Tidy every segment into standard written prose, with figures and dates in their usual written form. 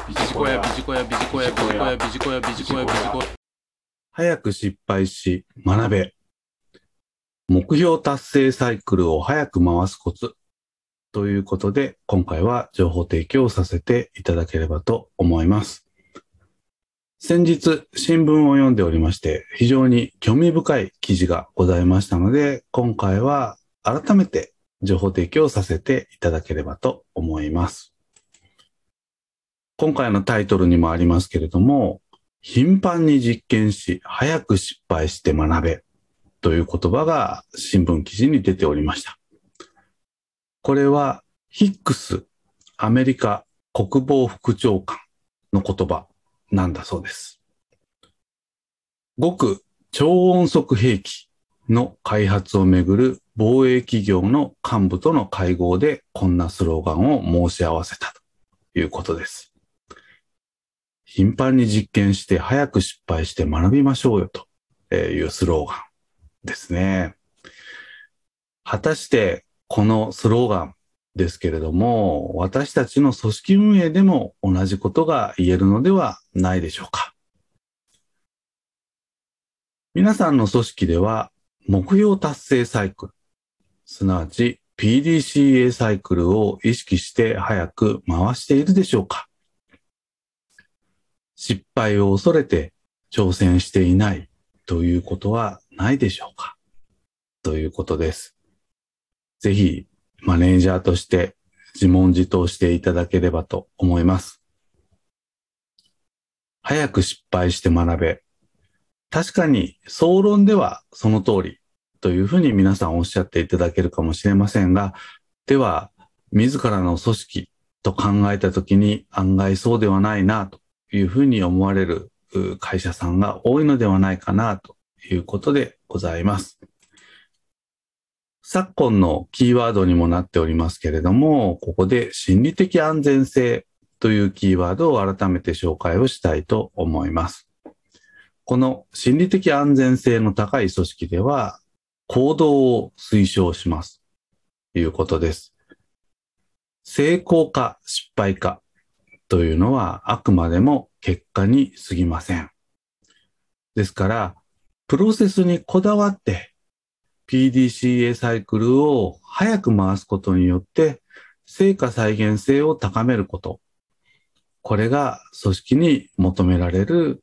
ビジコヤビジコヤビジコヤビジコヤビジコヤビジコヤビジコヤ。 早く失敗し学べ。目標達成サイクルを早く回すコツということで、今回は情報提供させていただければと思います。先日新聞を読んでおりまして、非常に興味深い記事がございましたので、今回は改めて情報提供させていただければと思います。今回のタイトルにもありますけれども、頻繁に実験し、早く失敗して学べという言葉が新聞記事に出ておりました。これはヒックス、アメリカ国防副長官の言葉なんだそうです。極超音速兵器の開発をめぐる防衛企業の幹部との会合でこんなスローガンを申し合わせたということです。頻繁に実験して早く失敗して学びましょうよというスローガンですね。果たしてこのスローガンですけれども、私たちの組織運営でも同じことが言えるのではないでしょうか。皆さんの組織では目標達成サイクル、すなわち PDCA サイクルを意識して早く回しているでしょうか。失敗を恐れて挑戦していないということはないでしょうかということです。ぜひマネージャーとして自問自答していただければと思います。早く失敗して学べ。確かに総論ではその通りというふうに皆さんおっしゃっていただけるかもしれませんが、では自らの組織と考えたときに案外そうではないなというふうに思われる会社さんが多いのではないかなということでございます。昨今のキーワードにもなっておりますけれども、ここで心理的安全性というキーワードを改めて紹介をしたいと思います。この心理的安全性の高い組織では、行動を推奨しますということです。成功か失敗かというのはあくまでも結果に過ぎません。ですから、プロセスにこだわって、PDCA サイクルを早く回すことによって成果再現性を高めること。これが組織に求められる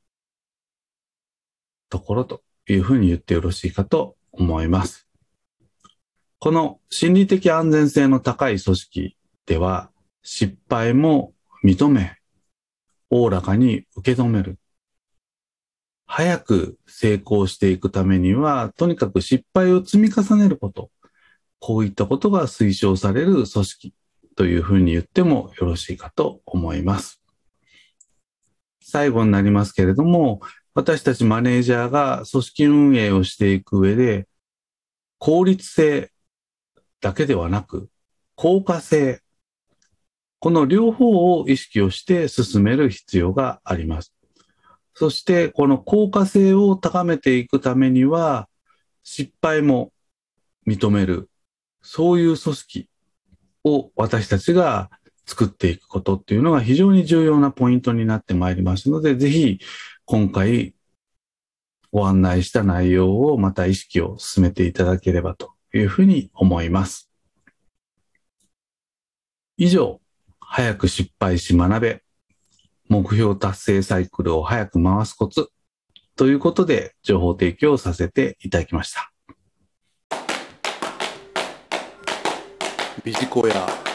ところというふうに言ってよろしいかと思います。この心理的安全性の高い組織では失敗も認め、おおらかに受け止める。早く成功していくためには、とにかく失敗を積み重ねること。こういったことが推奨される組織というふうに言ってもよろしいかと思います。最後になりますけれども、私たちマネージャーが組織運営をしていく上で、効率性だけではなく、効果性、この両方を意識をして進める必要があります。そしてこの効果性を高めていくためには、失敗も認める、そういう組織を私たちが作っていくことっていうのが非常に重要なポイントになってまいりますので、ぜひ今回ご案内した内容をまた意識を進めていただければというふうに思います。以上、早く失敗し学べ、目標達成サイクルを早く回すコツということで情報提供させていただきました。 ビジコヤ